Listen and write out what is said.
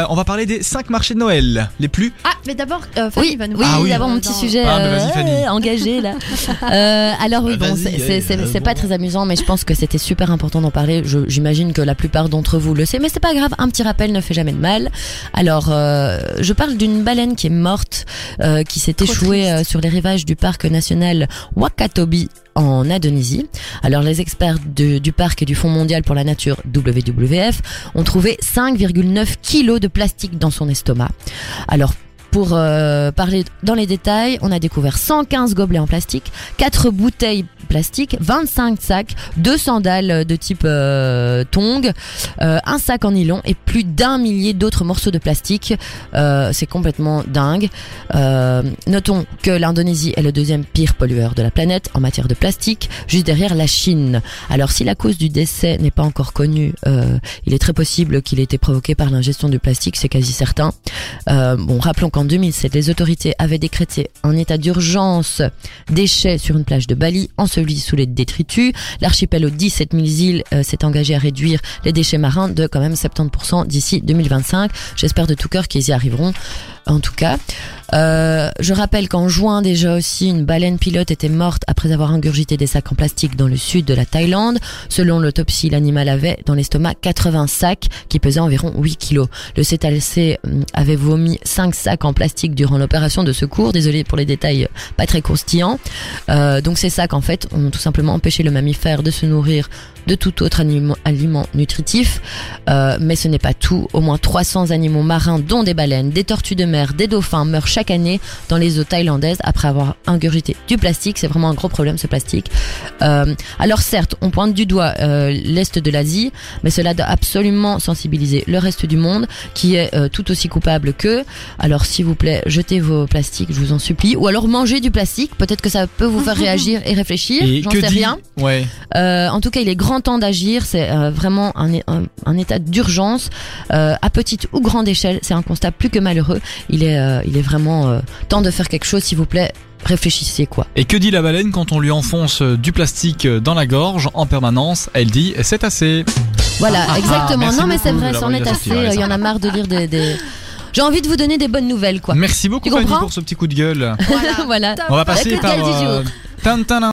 On va parler des 5 marchés de Noël les plus... Ah, mais d'abord, Fanny va nous Oui, d'abord mon petit sujet vas-y, Fanny. engagé là. Alors oui, bon, c'est pas très amusant, mais je pense que c'était super important d'en parler. J'imagine que la plupart d'entre vous le savent, mais c'est pas grave, un petit rappel ne fait jamais de mal. Alors, je parle d'une baleine qui est morte, qui s'est échouée sur les rivages du parc national Wakatobi en Indonésie. Alors les experts du parc et du Fonds mondial pour la nature WWF ont trouvé 5,9 kilos de plastique dans son estomac. Alors pour parler dans les détails, on a découvert 115 gobelets en plastique, 4 bouteilles plastiques, 25 sacs, 2 sandales de type tongs, un sac en nylon et plus d'1 millier d'autres morceaux de plastique. C'est complètement dingue. Notons que l'Indonésie est le 2e pire pollueur de la planète en matière de plastique, juste derrière la Chine. Alors si la cause du décès n'est pas encore connue, il est très possible qu'il ait été provoqué par l'ingestion du plastique, c'est quasi certain. Rappelons qu'en 2007, les autorités avaient décrété un état d'urgence déchets sur une plage de Bali, enseveli sous les détritus. L'archipel aux 17 000 îles s'est engagé à réduire les déchets marins de quand même 70% d'ici 2025. J'espère de tout cœur qu'ils y arriveront. En tout cas, je rappelle qu'en juin déjà aussi, une baleine pilote était morte après avoir ingurgité des sacs en plastique dans le sud de la Thaïlande. Selon l'autopsie, l'animal avait dans l'estomac 80 sacs qui pesaient environ 8 kilos. Le cétacé avait vomi 5 sacs en plastique durant l'opération de secours. Désolé pour les détails pas très croustillants. Donc ces sacs en fait ont tout simplement empêché le mammifère de se nourrir de tout autre aliment nutritif. Mais ce n'est pas tout. Au moins 300 animaux marins, dont des baleines, des tortues de mer, des dauphins meurent chaque année dans les eaux thaïlandaises après avoir ingurgité du plastique. C'est vraiment un gros problème ce plastique. Alors certes, on pointe du doigt l'Est de l'Asie, mais cela doit absolument sensibiliser le reste du monde qui est tout aussi coupable qu'eux. Alors s'il vous plaît, jetez vos plastiques, je vous en supplie. Ou alors mangez du plastique, peut-être que ça peut vous faire réagir et réfléchir, j'en sais rien. Ouais. En tout cas, il est grand temps d'agir, c'est vraiment un état d'urgence à petite ou grande échelle, c'est un constat plus que malheureux. Il est vraiment temps de faire quelque chose, s'il vous plaît. Réfléchissez quoi. Et que dit la baleine quand on lui enfonce du plastique dans la gorge en permanence? Elle dit c'est assez. Voilà, exactement. Non mais c'est beaucoup vrai, c'en est assez. Il y en a marre de lire des... J'ai envie de vous donner des bonnes nouvelles quoi. Merci beaucoup Fanny pour ce petit coup de gueule. Voilà. On va passer par...